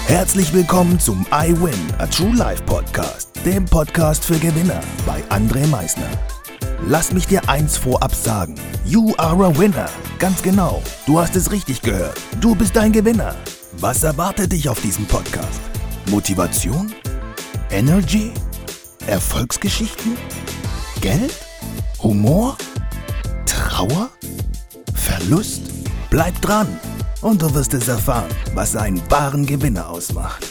Herzlich willkommen zum I Win, a True Life Podcast, dem Podcast für Gewinner bei André Meisner. Lass mich dir eins vorab sagen. You are a winner. Ganz genau. Du hast es richtig gehört. Du bist ein Gewinner. Was erwartet dich auf diesem Podcast? Motivation? Energy? Erfolgsgeschichten? Geld? Humor? Trauer? Verlust? Bleib dran und du wirst es erfahren, was einen wahren Gewinner ausmacht.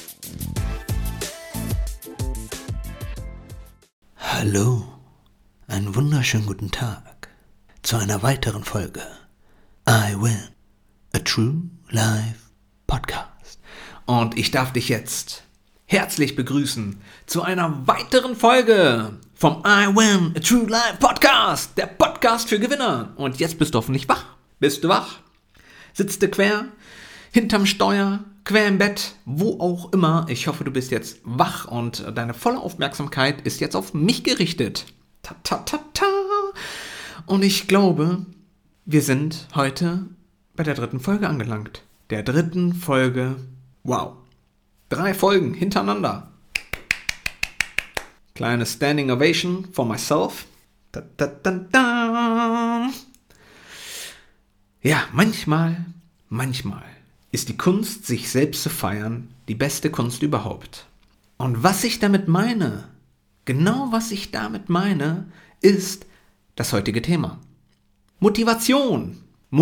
Hallo, einen wunderschönen guten Tag zu einer weiteren Folge I Win, a True Life Podcast. Und ich darf dich jetzt herzlich begrüßen zu einer weiteren Folge vom I Win, a True Life Podcast, der Podcast für Gewinner. Und jetzt bist du hoffentlich wach. Bist du wach? Sitzt du quer, hinterm Steuer, quer im Bett, wo auch immer. Ich hoffe, du bist jetzt wach und deine volle Aufmerksamkeit ist jetzt auf mich gerichtet. Ta, ta, ta, ta. Und ich glaube, wir sind heute bei der 3. Folge angelangt. Der 3. Folge. Wow. 3 Folgen hintereinander. Kleine Standing Ovation for myself. Ta, ta, ta, ta. Ja, manchmal ist die Kunst, sich selbst zu feiern, die beste Kunst überhaupt. Und was ich damit meine, genau was ich damit meine, ist das heutige Thema. Motivation.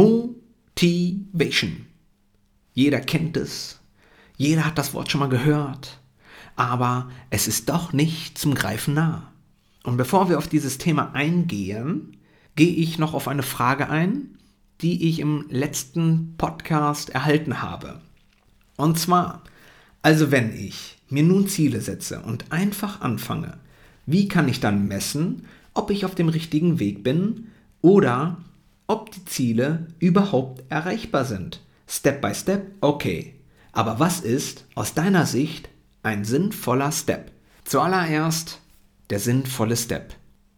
Motivation. Jeder kennt es. Jeder hat das Wort schon mal gehört. Aber es ist doch nicht zum Greifen nah. Und bevor wir auf dieses Thema eingehen, gehe ich noch auf eine Frage ein, die ich im letzten Podcast erhalten habe. Und zwar, also wenn ich mir nun Ziele setze und einfach anfange, wie kann ich dann messen, ob ich auf dem richtigen Weg bin oder ob die Ziele überhaupt erreichbar sind? Step by Step, okay. Aber was ist aus deiner Sicht ein sinnvoller Step? Zuallererst der sinnvolle Step.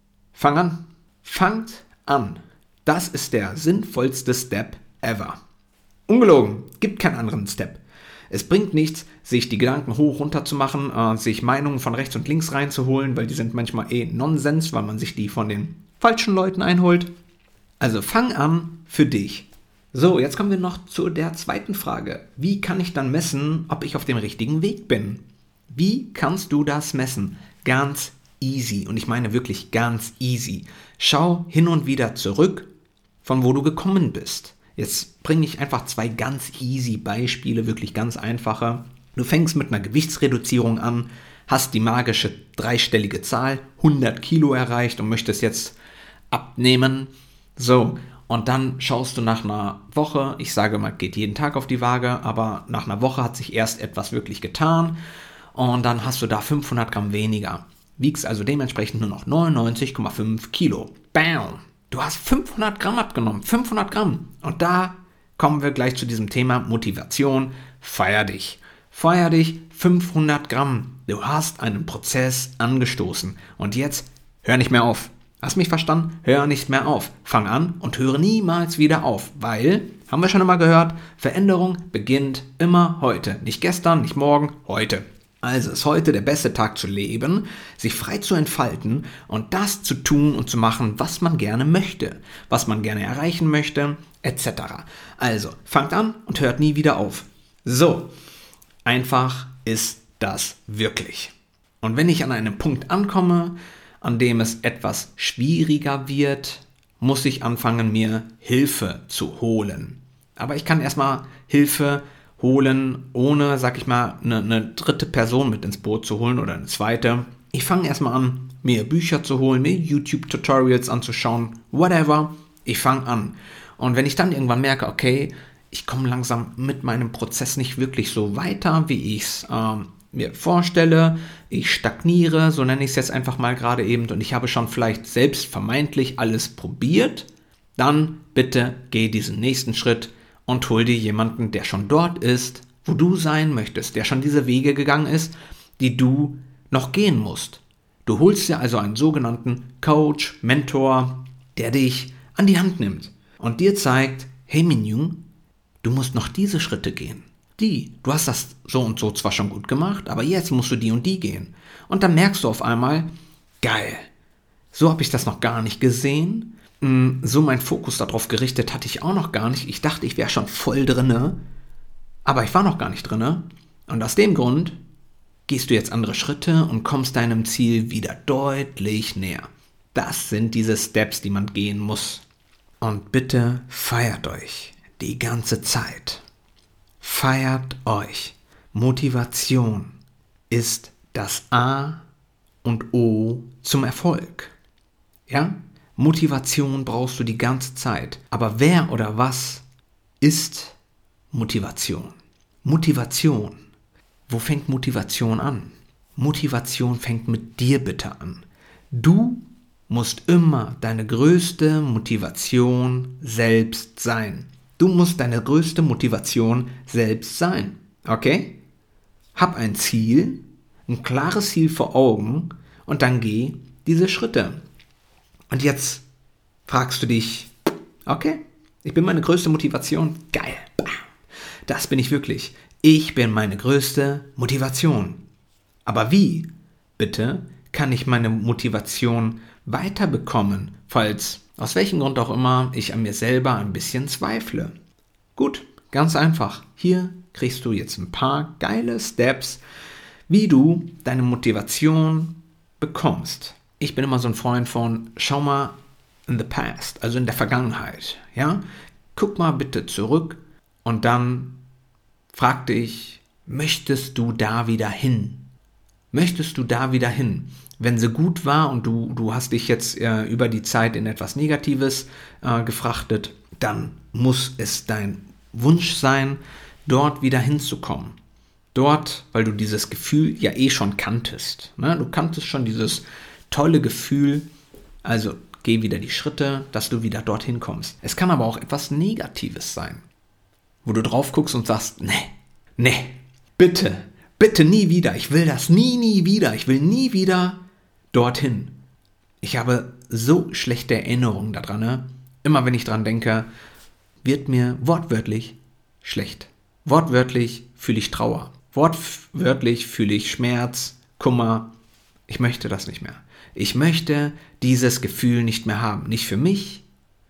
Fangt an. Das ist der sinnvollste Step ever. Ungelogen, gibt keinen anderen Step. Es bringt nichts, sich die Gedanken hoch runter zu machen, sich Meinungen von rechts und links reinzuholen, weil die sind manchmal Nonsens, weil man sich die von den falschen Leuten einholt. Also fang an für dich. So, jetzt kommen wir noch zu der zweiten Frage. Wie kann ich dann messen, ob ich auf dem richtigen Weg bin? Wie kannst du das messen? Ganz easy. Und ich meine wirklich ganz easy. Schau hin und wieder zurück, von wo du gekommen bist. Jetzt bringe ich einfach 2 ganz easy Beispiele, wirklich ganz einfache. Du fängst mit einer Gewichtsreduzierung an, hast die magische 3-stellige Zahl, 100 Kilo erreicht und möchtest jetzt abnehmen. So, und dann schaust du nach einer Woche, ich sage mal, geht jeden Tag auf die Waage, aber nach einer Woche hat sich erst etwas wirklich getan und dann hast du da 500 Gramm weniger. Wiegst also dementsprechend nur noch 99,5 Kilo. Bam! Du hast 500 Gramm abgenommen, 500 Gramm. Und da kommen wir gleich zu diesem Thema Motivation. Feier dich. Feier dich, 500 Gramm. Du hast einen Prozess angestoßen. Und jetzt hör nicht mehr auf. Hast mich verstanden? Hör nicht mehr auf. Fang an und höre niemals wieder auf. Weil, haben wir schon einmal gehört, Veränderung beginnt immer heute. Nicht gestern, nicht morgen, heute. Also ist heute der beste Tag zu leben, sich frei zu entfalten und das zu tun und zu machen, was man gerne möchte, was man gerne erreichen möchte, etc. Also, fangt an und hört nie wieder auf. So, einfach ist das wirklich. Und wenn ich an einem Punkt ankomme, an dem es etwas schwieriger wird, muss ich anfangen, mir Hilfe zu holen. Aber ich kann erstmal Hilfe holen, ohne, sag ich mal, eine dritte Person mit ins Boot zu holen oder eine zweite. Ich fange erstmal an, mir Bücher zu holen, mir YouTube-Tutorials anzuschauen, whatever. Ich fange an. Und wenn ich dann irgendwann merke, okay, ich komme langsam mit meinem Prozess nicht wirklich so weiter, wie ich es mir vorstelle, ich stagniere, so nenne ich es jetzt einfach mal gerade eben, und ich habe schon vielleicht selbst vermeintlich alles probiert, dann bitte geh diesen nächsten Schritt und hol dir jemanden, der schon dort ist, wo du sein möchtest, der schon diese Wege gegangen ist, die du noch gehen musst. Du holst dir also einen sogenannten Coach, Mentor, der dich an die Hand nimmt und dir zeigt, hey Minjung, du musst noch diese Schritte gehen. Du hast das so und so zwar schon gut gemacht, aber jetzt musst du die und die gehen. Und dann merkst du auf einmal, geil, so habe ich das noch gar nicht gesehen. So mein Fokus darauf gerichtet hatte ich auch noch gar nicht. Ich dachte, ich wäre schon voll drinne, aber ich war noch gar nicht drinne. Und aus dem Grund gehst du jetzt andere Schritte und kommst deinem Ziel wieder deutlich näher. Das sind diese Steps, die man gehen muss. Und bitte feiert euch die ganze Zeit. Feiert euch. Motivation ist das A und O zum Erfolg. Ja? Motivation brauchst du die ganze Zeit. Aber wer oder was ist Motivation? Motivation. Wo fängt Motivation an? Motivation fängt mit dir bitte an. Du musst immer deine größte Motivation selbst sein. Du musst deine größte Motivation selbst sein. Okay? Hab ein Ziel, ein klares Ziel vor Augen und dann geh diese Schritte. Und jetzt fragst du dich, okay, ich bin meine größte Motivation. Geil. Das bin ich wirklich. Ich bin meine größte Motivation. Aber wie, bitte, kann ich meine Motivation weiterbekommen, falls, aus welchem Grund auch immer, ich an mir selber ein bisschen zweifle? Gut, ganz einfach. Hier kriegst du jetzt ein paar geile Steps, wie du deine Motivation bekommst. Ich bin immer so ein Freund von, schau mal in the past, also in der Vergangenheit. Ja? Guck mal bitte zurück und dann frag dich, möchtest du da wieder hin? Möchtest du da wieder hin? Wenn sie gut war und du hast dich jetzt über die Zeit in etwas Negatives gefrachtet, dann muss es dein Wunsch sein, dort wieder hinzukommen. Dort, weil du dieses Gefühl ja eh schon kanntest. Ne? Du kanntest schon dieses tolle Gefühl, also geh wieder die Schritte, dass du wieder dorthin kommst. Es kann aber auch etwas Negatives sein, wo du drauf guckst und sagst, nee, bitte nie wieder, ich will das nie wieder, ich will nie wieder dorthin. Ich habe so schlechte Erinnerungen daran, ne? Immer wenn ich dran denke, wird mir wortwörtlich schlecht. Wortwörtlich fühle ich Trauer. Wortwörtlich fühle ich Schmerz, Kummer. Ich möchte das nicht mehr. Ich möchte dieses Gefühl nicht mehr haben. Nicht für mich.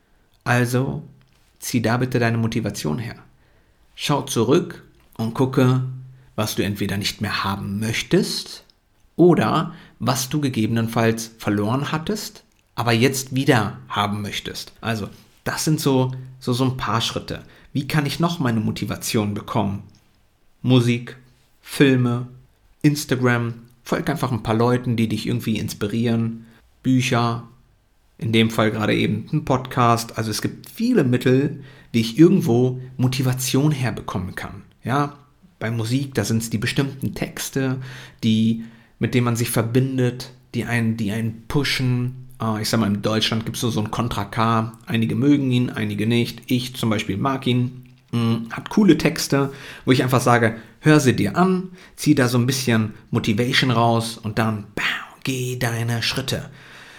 Also zieh da bitte deine Motivation her. Schau zurück und gucke, was du entweder nicht mehr haben möchtest oder was du gegebenenfalls verloren hattest, aber jetzt wieder haben möchtest. Also, das sind so ein paar Schritte. Wie kann ich noch meine Motivation bekommen? Musik, Filme, Instagram, folg einfach ein paar Leuten, die dich irgendwie inspirieren, Bücher, in dem Fall gerade eben ein Podcast. Also es gibt viele Mittel, wie ich irgendwo Motivation herbekommen kann. Ja, bei Musik, da sind es die bestimmten Texte, mit denen man sich verbindet, die einen pushen. Ich sag mal, in Deutschland gibt es so einen Contra K. Einige mögen ihn, einige nicht. Ich zum Beispiel mag ihn. Hat coole Texte, wo ich einfach sage, hör sie dir an, zieh da so ein bisschen Motivation raus und dann, geh deine Schritte.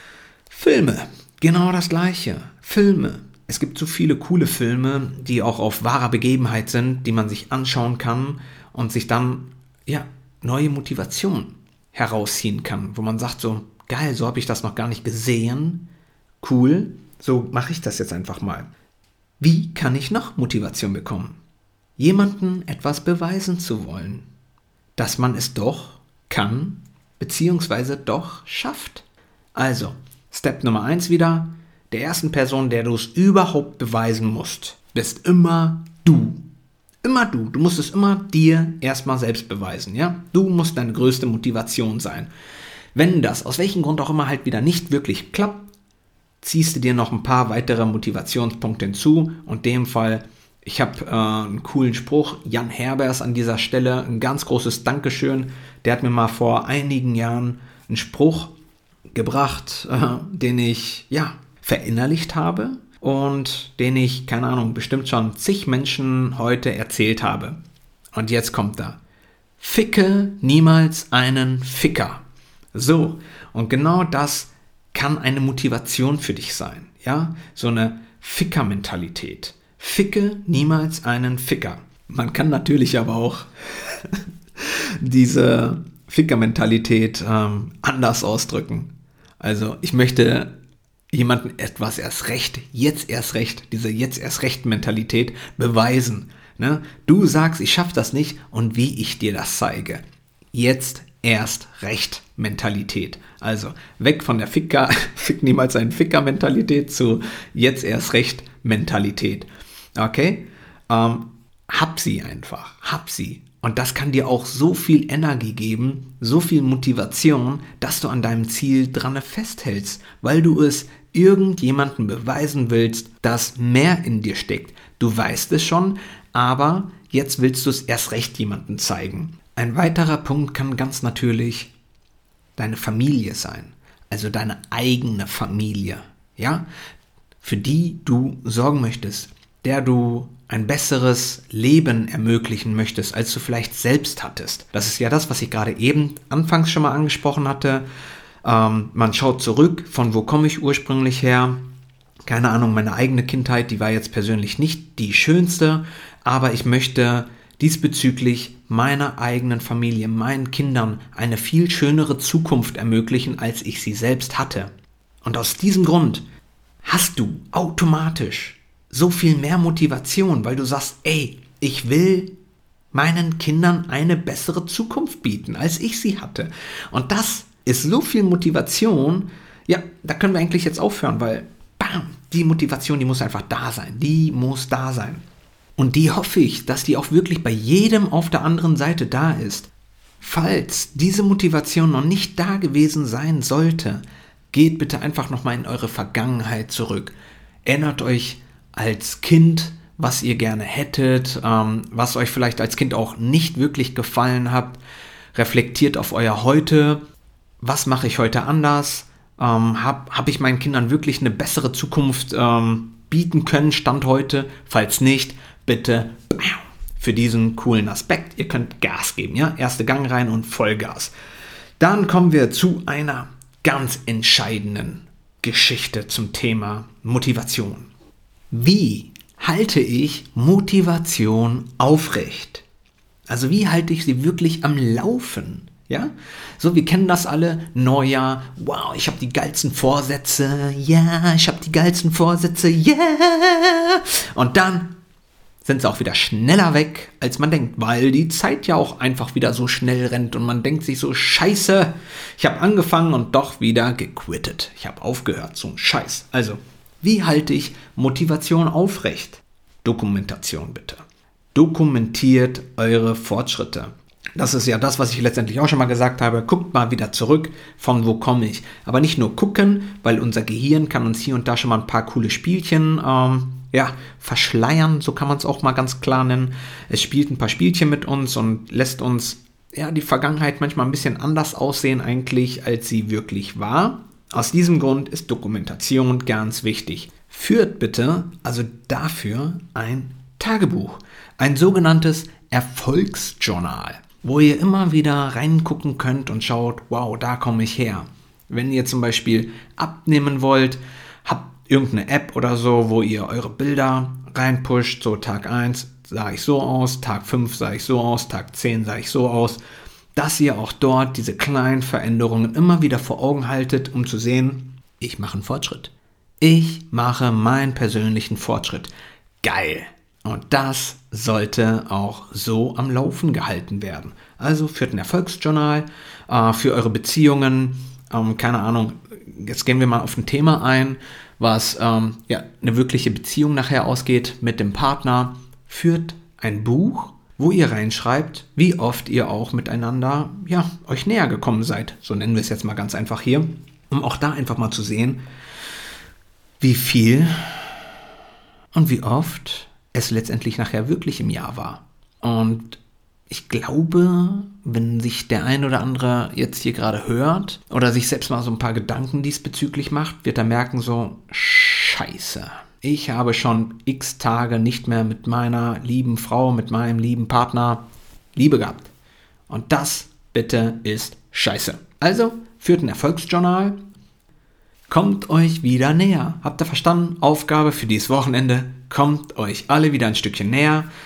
Filme, genau das Gleiche. Filme. Es gibt so viele coole Filme, die auch auf wahrer Begebenheit sind, die man sich anschauen kann und sich dann, neue Motivation herausziehen kann, wo man sagt so, geil, so habe ich das noch gar nicht gesehen, cool, so mache ich das jetzt einfach mal. Wie kann ich noch Motivation bekommen? Jemandem etwas beweisen zu wollen, dass man es doch kann, beziehungsweise doch schafft. Also, Step Nummer 1 wieder, der ersten Person, der du es überhaupt beweisen musst, bist immer du. Immer du. Du musst es immer dir erstmal selbst beweisen, ja? Du musst deine größte Motivation sein. Wenn das aus welchem Grund auch immer halt wieder nicht wirklich klappt, ziehst du dir noch ein paar weitere Motivationspunkte hinzu. Und in dem Fall, ich habe einen coolen Spruch, Jan Herbers an dieser Stelle, ein ganz großes Dankeschön. Der hat mir mal vor einigen Jahren einen Spruch gebracht, den ich, verinnerlicht habe und den ich, keine Ahnung, bestimmt schon zig Menschen heute erzählt habe. Und jetzt kommt da. Ficke niemals einen Ficker. So, und genau das kann eine Motivation für dich sein, ja? So eine Ficker-Mentalität. Ficke niemals einen Ficker. Man kann natürlich aber auch diese Ficker-Mentalität anders ausdrücken. Also ich möchte jemandem etwas jetzt erst recht, diese jetzt erst recht Mentalität beweisen. Ne? Du sagst, ich schaffe das nicht und wie ich dir das zeige. Jetzt erst recht Mentalität. Also weg von der Fick niemals einen Ficker-Mentalität zu jetzt erst recht Mentalität. Okay? Hab sie einfach. Hab sie. Und das kann dir auch so viel Energie geben, so viel Motivation, dass du an deinem Ziel dran festhältst, weil du es irgendjemandem beweisen willst, dass mehr in dir steckt. Du weißt es schon, aber jetzt willst du es erst recht jemandem zeigen. Ein weiterer Punkt kann ganz natürlich deine Familie sein, also deine eigene Familie, ja, für die du sorgen möchtest, der du ein besseres Leben ermöglichen möchtest, als du vielleicht selbst hattest. Das ist ja das, was ich gerade eben anfangs schon mal angesprochen hatte. Man schaut zurück, von wo komme ich ursprünglich her. Keine Ahnung, meine eigene Kindheit, die war jetzt persönlich nicht die schönste, aber ich möchte diesbezüglich meiner eigenen Familie, meinen Kindern eine viel schönere Zukunft ermöglichen, als ich sie selbst hatte. Und aus diesem Grund hast du automatisch so viel mehr Motivation, weil du sagst, ey, ich will meinen Kindern eine bessere Zukunft bieten, als ich sie hatte. Und das ist so viel Motivation, ja, da können wir eigentlich jetzt aufhören, weil, bam, die Motivation, die muss einfach da sein. Die muss da sein. Und die hoffe ich, dass die auch wirklich bei jedem auf der anderen Seite da ist. Falls diese Motivation noch nicht da gewesen sein sollte, geht bitte einfach nochmal in eure Vergangenheit zurück. Erinnert euch als Kind, was ihr gerne hättet, was euch vielleicht als Kind auch nicht wirklich gefallen hat. Reflektiert auf euer Heute. Was mache ich heute anders? Hab ich meinen Kindern wirklich eine bessere Zukunft bieten können, Stand heute? Falls nicht, bitte für diesen coolen Aspekt. Ihr könnt Gas geben, ja? Erste Gang rein und Vollgas. Dann kommen wir zu einer ganz entscheidenden Geschichte zum Thema Motivation. Wie halte ich Motivation aufrecht? Also wie halte ich sie wirklich am Laufen? Ja, so, wir kennen das alle, Neujahr, wow, ich habe die geilsten Vorsätze, ja, ich habe die geilsten Vorsätze, yeah! Und dann sind sie auch wieder schneller weg, als man denkt, weil die Zeit ja auch einfach wieder so schnell rennt und man denkt sich so, scheiße, ich habe angefangen und doch wieder gequittet. Ich habe aufgehört, so ein Scheiß. Also, wie halte ich Motivation aufrecht? Dokumentation bitte. Dokumentiert eure Fortschritte. Das ist ja das, was ich letztendlich auch schon mal gesagt habe. Guckt mal wieder zurück, von wo komme ich. Aber nicht nur gucken, weil unser Gehirn kann uns hier und da schon mal ein paar coole Spielchen verschleiern, so kann man es auch mal ganz klar nennen. Es spielt ein paar Spielchen mit uns und lässt uns die Vergangenheit manchmal ein bisschen anders aussehen eigentlich, als sie wirklich war. Aus diesem Grund ist Dokumentation ganz wichtig. Führt bitte also dafür ein Tagebuch, ein sogenanntes Erfolgsjournal, wo ihr immer wieder reingucken könnt und schaut, wow, da komme ich her. Wenn ihr zum Beispiel abnehmen wollt, habt irgendeine App oder so, wo ihr eure Bilder reinpusht, so Tag 1 sah ich so aus, Tag 5 sah ich so aus, Tag 10 sah ich so aus, dass ihr auch dort diese kleinen Veränderungen immer wieder vor Augen haltet, um zu sehen, ich mache einen Fortschritt. Ich mache meinen persönlichen Fortschritt. Geil! Und das sollte auch so am Laufen gehalten werden. Also führt ein Erfolgsjournal für eure Beziehungen. Keine Ahnung, jetzt gehen wir mal auf ein Thema ein, was eine wirkliche Beziehung nachher ausgeht mit dem Partner. Führt ein Buch, wo ihr reinschreibt, wie oft ihr auch miteinander euch näher gekommen seid. So nennen wir es jetzt mal ganz einfach hier, um auch da einfach mal zu sehen, wie viel und wie oft es letztendlich nachher wirklich im Jahr war. Und ich glaube, wenn sich der ein oder andere jetzt hier gerade hört oder sich selbst mal so ein paar Gedanken diesbezüglich macht, wird er merken so, scheiße, ich habe schon x Tage nicht mehr mit meiner lieben Frau, mit meinem lieben Partner Liebe gehabt. Und das bitte ist scheiße. Also führt ein Erfolgsjournal, kommt euch wieder näher. Habt ihr verstanden? Aufgabe für dieses Wochenende. Kommt euch alle wieder ein Stückchen näher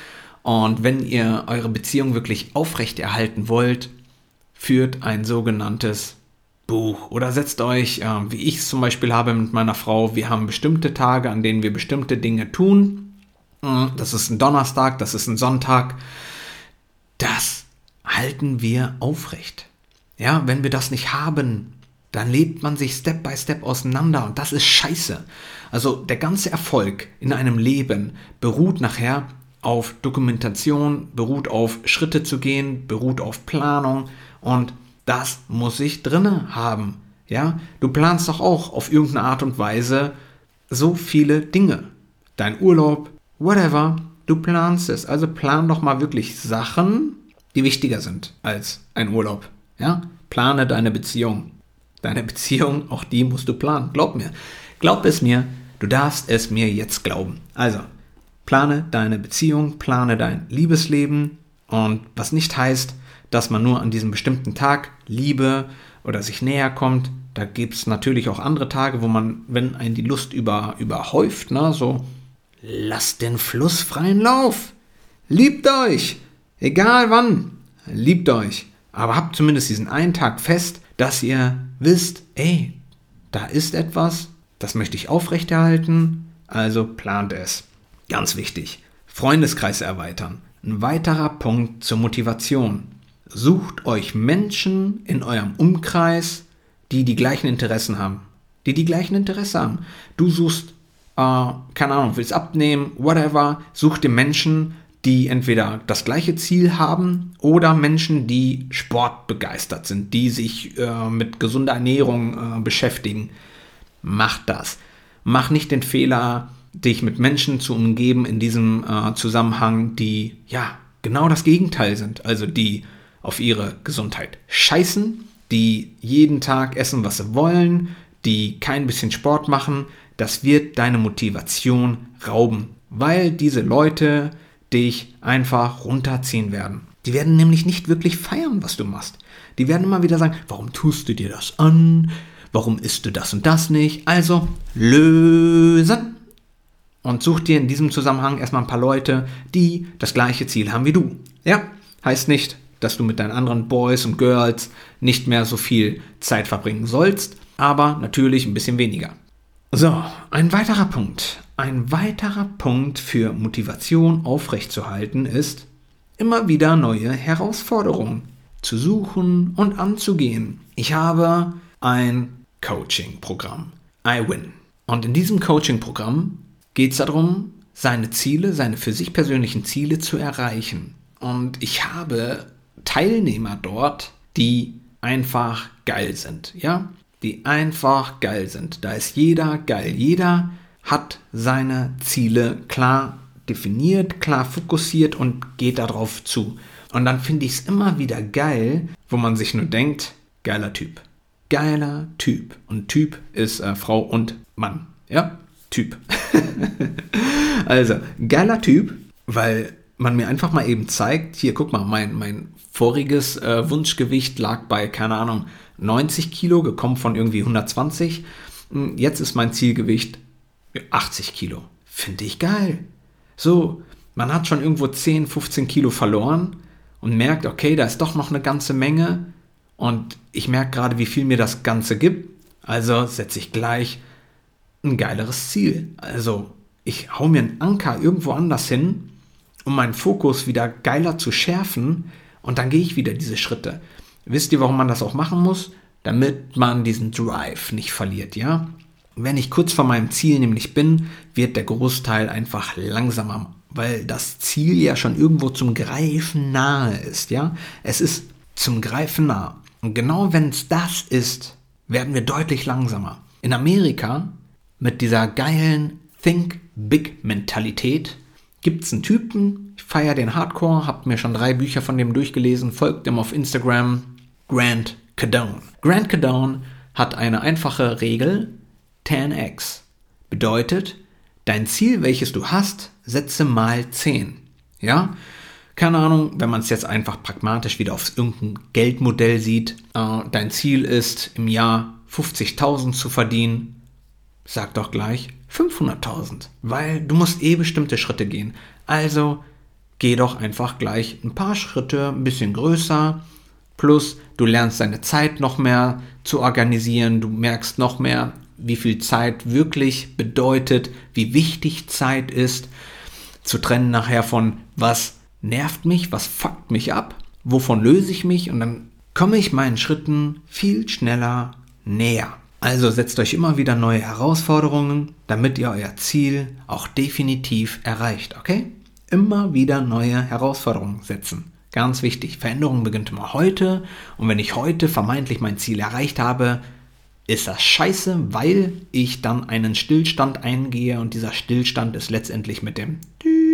Und wenn ihr eure Beziehung wirklich aufrechterhalten wollt, führt ein sogenanntes Buch oder setzt euch, wie ich es zum Beispiel habe mit meiner Frau, wir haben bestimmte Tage, an denen wir bestimmte Dinge tun. Das ist ein Donnerstag, das ist ein Sonntag. Das halten wir aufrecht. Ja, wenn wir das nicht haben, dann lebt man sich Step by Step auseinander und das ist scheiße. Also der ganze Erfolg in einem Leben beruht nachher auf Dokumentation, beruht auf Schritte zu gehen, beruht auf Planung und das muss ich drinne haben. Ja, du planst doch auch auf irgendeine Art und Weise so viele Dinge. Dein Urlaub, whatever, du planst es. Also plan doch mal wirklich Sachen, die wichtiger sind als ein Urlaub. Ja, plane deine Beziehung. Deine Beziehung, auch die musst du planen. Glaub mir. Glaub es mir, du darfst es mir jetzt glauben. Also, plane deine Beziehung, plane dein Liebesleben und was nicht heißt, dass man nur an diesem bestimmten Tag Liebe oder sich näher kommt. Da gibt es natürlich auch andere Tage, wo man, wenn einen die Lust überhäuft, so, lasst den Fluss freien Lauf. Liebt euch. Egal wann. Liebt euch. Aber habt zumindest diesen einen Tag fest, dass ihr wisst, ey, da ist etwas, das möchte ich aufrechterhalten, also plant es. Ganz wichtig, Freundeskreis erweitern. Ein weiterer Punkt zur Motivation. Sucht euch Menschen in eurem Umkreis, die die gleichen Interessen haben. Du suchst, keine Ahnung, willst abnehmen, whatever, such dir Menschen, die entweder das gleiche Ziel haben oder Menschen, die sportbegeistert sind, die sich mit gesunder Ernährung beschäftigen. Mach das. Mach nicht den Fehler, dich mit Menschen zu umgeben in diesem Zusammenhang, die ja genau das Gegenteil sind. Also die auf ihre Gesundheit scheißen, die jeden Tag essen, was sie wollen, die kein bisschen Sport machen. Das wird deine Motivation rauben, weil diese Leute dich einfach runterziehen werden. Die werden nämlich nicht wirklich feiern, was du machst. Die werden immer wieder sagen, warum tust du dir das an? Warum isst du das und das nicht? Also lösen. Und such dir in diesem Zusammenhang erstmal ein paar Leute, die das gleiche Ziel haben wie du. Ja, heißt nicht, dass du mit deinen anderen Boys und Girls nicht mehr so viel Zeit verbringen sollst, aber natürlich ein bisschen weniger. So, ein weiterer Punkt für Motivation aufrechtzuerhalten ist, immer wieder neue Herausforderungen zu suchen und anzugehen. Ich habe ein Coaching-Programm, iWin. Und in diesem Coaching-Programm geht es darum, seine für sich persönlichen Ziele zu erreichen. Und ich habe Teilnehmer dort, die einfach geil sind, ja? Die einfach geil sind. Da ist jeder geil. Jeder hat seine Ziele klar definiert, klar fokussiert und geht darauf zu. Und dann finde ich es immer wieder geil, wo man sich nur denkt, geiler Typ. Geiler Typ. Und Typ ist Frau und Mann. Ja? Typ. Also, geiler Typ, weil man mir einfach mal eben zeigt, hier, guck mal, mein voriges Wunschgewicht lag bei, keine Ahnung, 90 Kilo, gekommen von irgendwie 120. Jetzt ist mein Zielgewicht 80 Kilo. Finde ich geil. So, man hat schon irgendwo 10, 15 Kilo verloren und merkt, okay, da ist doch noch eine ganze Menge und ich merke gerade, wie viel mir das Ganze gibt. Also setze ich gleich ein geileres Ziel. Also ich hau mir einen Anker irgendwo anders hin, um meinen Fokus wieder geiler zu schärfen und dann gehe ich wieder diese Schritte. Wisst ihr, warum man das auch machen muss? Damit man diesen Drive nicht verliert, ja? Wenn ich kurz vor meinem Ziel nämlich bin, wird der Großteil einfach langsamer, weil das Ziel ja schon irgendwo zum Greifen nahe ist, ja? Es ist zum Greifen nah. Und genau wenn es das ist, werden wir deutlich langsamer. In Amerika, mit dieser geilen Think Big Mentalität, gibt es einen Typen, ich feiere den Hardcore, habe mir schon 3 Bücher von dem durchgelesen, folgt dem auf Instagram, Grant Cardone. Grant Cardone hat eine einfache Regel, 10x. Bedeutet, dein Ziel, welches du hast, setze mal 10. Ja? Keine Ahnung, wenn man es jetzt einfach pragmatisch wieder auf irgendein Geldmodell sieht, dein Ziel ist, im Jahr 50.000 zu verdienen, sag doch gleich 500.000, weil du musst bestimmte Schritte gehen. Also geh doch einfach gleich ein paar Schritte ein bisschen größer. Plus, du lernst deine Zeit noch mehr zu organisieren. Du merkst noch mehr, wie viel Zeit wirklich bedeutet, wie wichtig Zeit ist. Zu trennen nachher von, was nervt mich, was fuckt mich ab, wovon löse ich mich, und dann komme ich meinen Schritten viel schneller näher. Also setzt euch immer wieder neue Herausforderungen, damit ihr euer Ziel auch definitiv erreicht, okay? Immer wieder neue Herausforderungen setzen. Ganz wichtig, Veränderung beginnt immer heute, und wenn ich heute vermeintlich mein Ziel erreicht habe, ist das scheiße, weil ich dann einen Stillstand eingehe, und dieser Stillstand ist letztendlich mit dem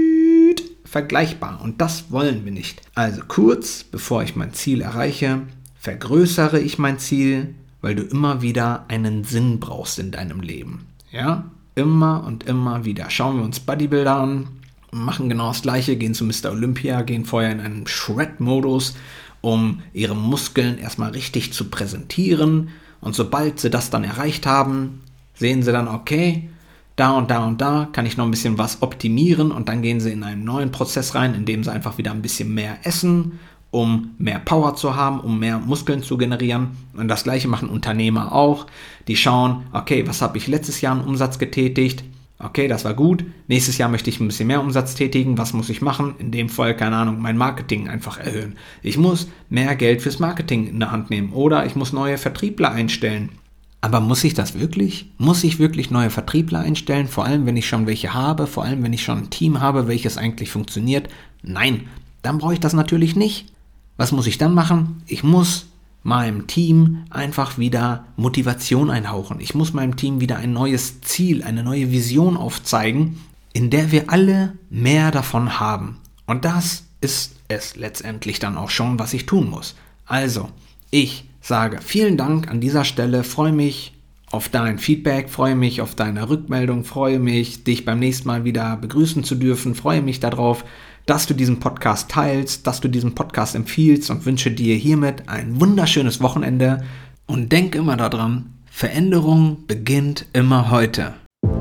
vergleichbar, und das wollen wir nicht. Also kurz, bevor ich mein Ziel erreiche, vergrößere ich mein Ziel, weil du immer wieder einen Sinn brauchst in deinem Leben. Ja, immer und immer wieder. Schauen wir uns Bodybuilder an, machen genau das Gleiche, gehen zu Mr. Olympia, gehen vorher in einen Shred-Modus, um ihre Muskeln erstmal richtig zu präsentieren, und sobald sie das dann erreicht haben, sehen sie dann, okay, da und da und da kann ich noch ein bisschen was optimieren, und dann gehen sie in einen neuen Prozess rein, in dem sie einfach wieder ein bisschen mehr essen, um mehr Power zu haben, um mehr Muskeln zu generieren. Und das gleiche machen Unternehmer auch. Die schauen, okay, was habe ich letztes Jahr an Umsatz getätigt? Okay, das war gut. Nächstes Jahr möchte ich ein bisschen mehr Umsatz tätigen. Was muss ich machen? In dem Fall, keine Ahnung, mein Marketing einfach erhöhen. Ich muss mehr Geld fürs Marketing in der Hand nehmen, oder ich muss neue Vertriebler einstellen. Aber muss ich das wirklich? Muss ich wirklich neue Vertriebler einstellen? Vor allem, wenn ich schon welche habe, vor allem, wenn ich schon ein Team habe, welches eigentlich funktioniert? Nein, dann brauche ich das natürlich nicht. Was muss ich dann machen? Ich muss meinem Team einfach wieder Motivation einhauchen. Ich muss meinem Team wieder ein neues Ziel, eine neue Vision aufzeigen, in der wir alle mehr davon haben. Und das ist es letztendlich dann auch schon, was ich tun muss. Also, ich sage vielen Dank an dieser Stelle, freue mich auf dein Feedback, freue mich auf deine Rückmeldung, freue mich, dich beim nächsten Mal wieder begrüßen zu dürfen, freue mich darauf, dass du diesen Podcast teilst, dass du diesen Podcast empfiehlst, und wünsche dir hiermit ein wunderschönes Wochenende, und denk immer daran, Veränderung beginnt immer heute.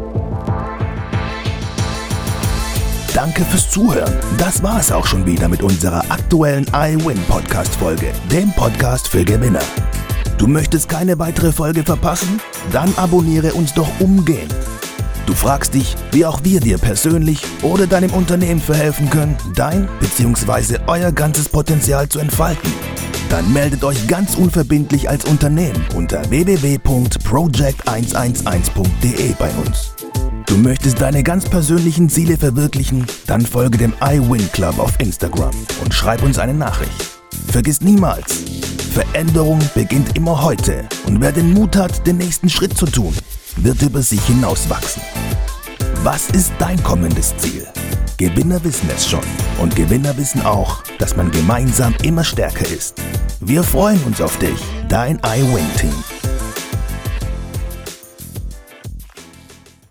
Danke fürs Zuhören. Das war es auch schon wieder mit unserer aktuellen iWin-Podcast-Folge, dem Podcast für Gewinner. Du möchtest keine weitere Folge verpassen? Dann abonniere uns doch umgehend. Du fragst dich, wie auch wir dir persönlich oder deinem Unternehmen verhelfen können, dein bzw. euer ganzes Potenzial zu entfalten. Dann meldet euch ganz unverbindlich als Unternehmen unter www.project111.de bei uns. Du möchtest deine ganz persönlichen Ziele verwirklichen? Dann folge dem iWin Club auf Instagram und schreib uns eine Nachricht. Vergiss niemals, Veränderung beginnt immer heute, und wer den Mut hat, den nächsten Schritt zu tun, wird über sich hinauswachsen. Was ist dein kommendes Ziel? Gewinner wissen es schon, und Gewinner wissen auch, dass man gemeinsam immer stärker ist. Wir freuen uns auf dich, dein iWin-Team.